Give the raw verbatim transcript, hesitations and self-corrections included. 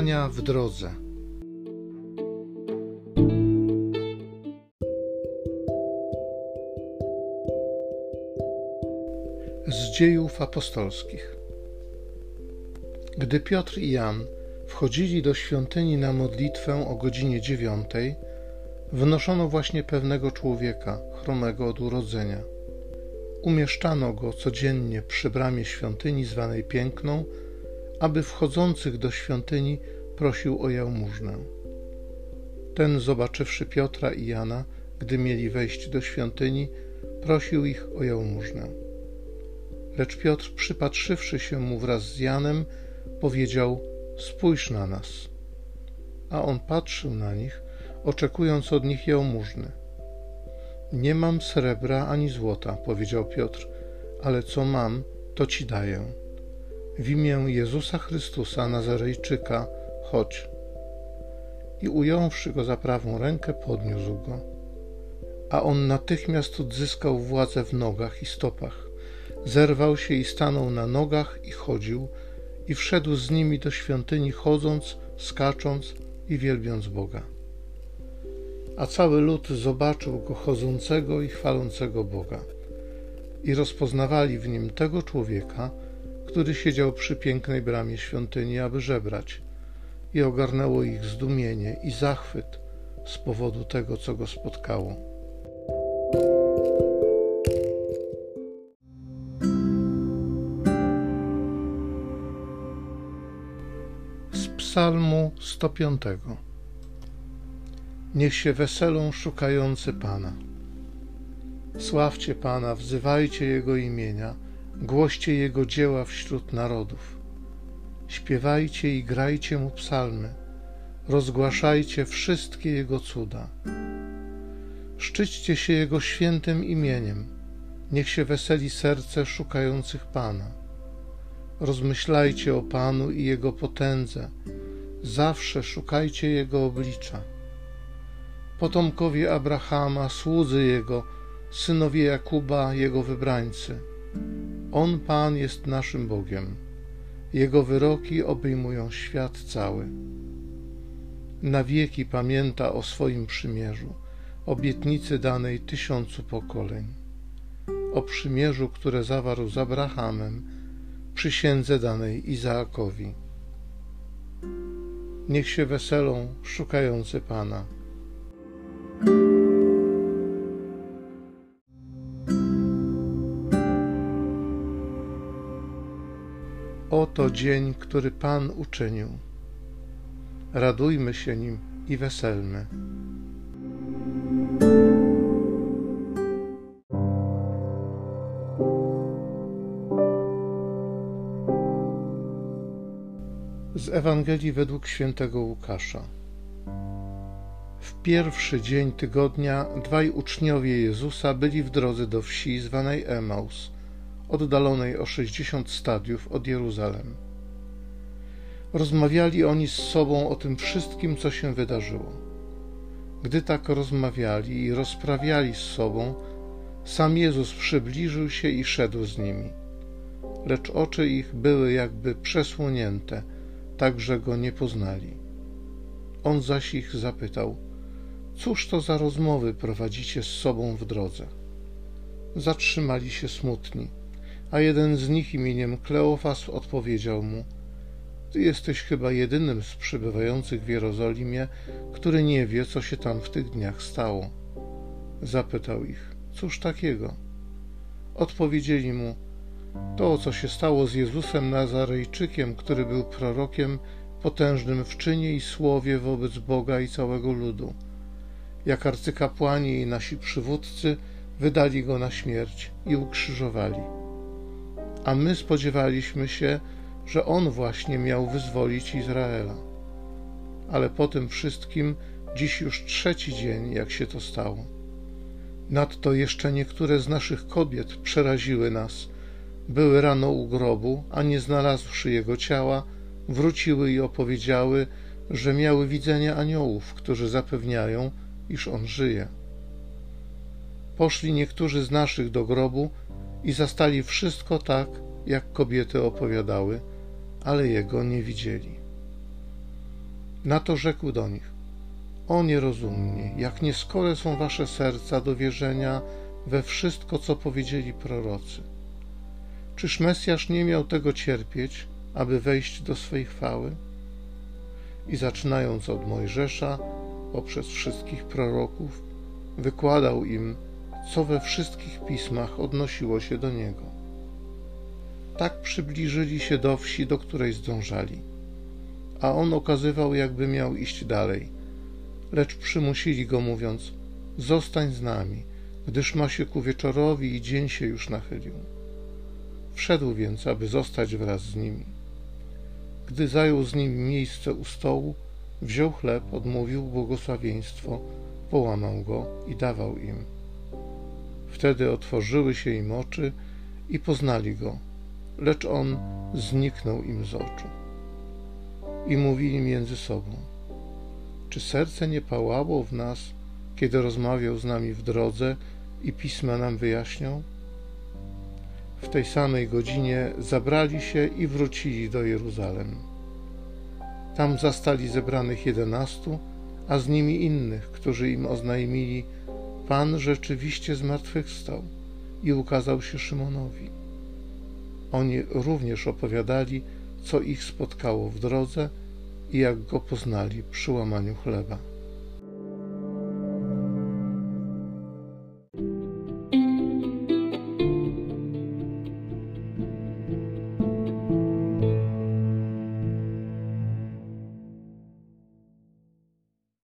Spotkania w drodze. Z Dziejów Apostolskich. Gdy Piotr i Jan wchodzili do świątyni na modlitwę o godzinie dziewiątej, wnoszono właśnie pewnego człowieka, chromego od urodzenia. Umieszczano go codziennie przy bramie świątyni zwanej Piękną, aby wchodzących do świątyni prosił o jałmużnę. Ten, zobaczywszy Piotra i Jana, gdy mieli wejść do świątyni, prosił ich o jałmużnę. Lecz Piotr, przypatrzywszy się mu wraz z Janem, powiedział: spójrz na nas. A on patrzył na nich, oczekując od nich jałmużny. Nie mam srebra ani złota, powiedział Piotr, ale co mam, to ci daję. W imię Jezusa Chrystusa, Nazarejczyka, chodź. I ująwszy go za prawą rękę, podniósł go. A on natychmiast odzyskał władzę w nogach i stopach. Zerwał się i stanął na nogach i chodził, i wszedł z nimi do świątyni, chodząc, skacząc i wielbiąc Boga. A cały lud zobaczył go chodzącego i chwalącego Boga. I rozpoznawali w nim tego człowieka, który siedział przy pięknej bramie świątyni, aby żebrać. I ogarnęło ich zdumienie i zachwyt z powodu tego, co go spotkało. Z Psalmu sto piątego. Niech się weselą szukający Pana. Sławcie Pana, wzywajcie Jego imienia, głoście Jego dzieła wśród narodów. Śpiewajcie i grajcie Mu psalmy, rozgłaszajcie wszystkie Jego cuda. Szczyćcie się Jego świętym imieniem, niech się weseli serce szukających Pana. Rozmyślajcie o Panu i Jego potędze, zawsze szukajcie Jego oblicza. Potomkowie Abrahama, słudzy Jego, synowie Jakuba, Jego wybrańcy. On, Pan, jest naszym Bogiem. Jego wyroki obejmują świat cały. Na wieki pamięta o swoim przymierzu, obietnicy danej tysiącu pokoleń. O przymierzu, które zawarł z Abrahamem, przysiędze danej Izaakowi. Niech się weselą szukający Pana. Oto dzień, który Pan uczynił. Radujmy się nim i weselmy. Z Ewangelii według świętego Łukasza. W pierwszy dzień tygodnia dwaj uczniowie Jezusa byli w drodze do wsi zwanej Emaus, oddalonej o sześćdziesiąt stadiów od Jeruzalem. Rozmawiali oni z sobą o tym wszystkim, co się wydarzyło. Gdy tak rozmawiali i rozprawiali z sobą, sam Jezus przybliżył się i szedł z nimi. Lecz oczy ich były jakby przesłonięte, tak że go nie poznali. On zaś ich zapytał: cóż to za rozmowy prowadzicie z sobą w drodze? Zatrzymali się smutni, a jeden z nich imieniem Kleofas odpowiedział mu: ty jesteś chyba jedynym z przybywających w Jerozolimie, który nie wie, co się tam w tych dniach stało. Zapytał ich: cóż takiego? Odpowiedzieli mu: to, co się stało z Jezusem Nazarejczykiem, który był prorokiem, potężnym w czynie i słowie wobec Boga i całego ludu. Jak arcykapłani i nasi przywódcy wydali go na śmierć i ukrzyżowali. A my spodziewaliśmy się, że on właśnie miał wyzwolić Izraela. Ale po tym wszystkim dziś już trzeci dzień, jak się to stało. Nadto jeszcze niektóre z naszych kobiet przeraziły nas. Były rano u grobu, a nie znalazłszy jego ciała, wróciły i opowiedziały, że miały widzenia aniołów, którzy zapewniają, iż on żyje. Poszli niektórzy z naszych do grobu i zastali wszystko tak, jak kobiety opowiadały, ale jego nie widzieli. Na to rzekł do nich: O nierozumni, jak nieskore są wasze serca do wierzenia we wszystko, co powiedzieli prorocy. Czyż Mesjasz nie miał tego cierpieć, aby wejść do swej chwały? I zaczynając od Mojżesza, poprzez wszystkich proroków, wykładał im, co we wszystkich pismach odnosiło się do niego. Tak przybliżyli się do wsi, do której zdążali, a on okazywał, jakby miał iść dalej, lecz przymusili go, mówiąc: Zostań z nami, gdyż ma się ku wieczorowi i dzień się już nachylił. Wszedł więc, aby zostać wraz z nimi. Gdy zajął z nimi miejsce u stołu, wziął chleb, odmówił błogosławieństwo, połamał go i dawał im. Wtedy otworzyły się im oczy i poznali go, lecz on zniknął im z oczu. I mówili między sobą: Czy serce nie pałało w nas, kiedy rozmawiał z nami w drodze i pisma nam wyjaśniał? W tej samej godzinie zabrali się i wrócili do Jeruzalem. Tam zastali zebranych jedenastu, a z nimi innych, którzy im oznajmili: Pan rzeczywiście zmartwychwstał i ukazał się Szymonowi. Oni również opowiadali, co ich spotkało w drodze i jak go poznali przy łamaniu chleba.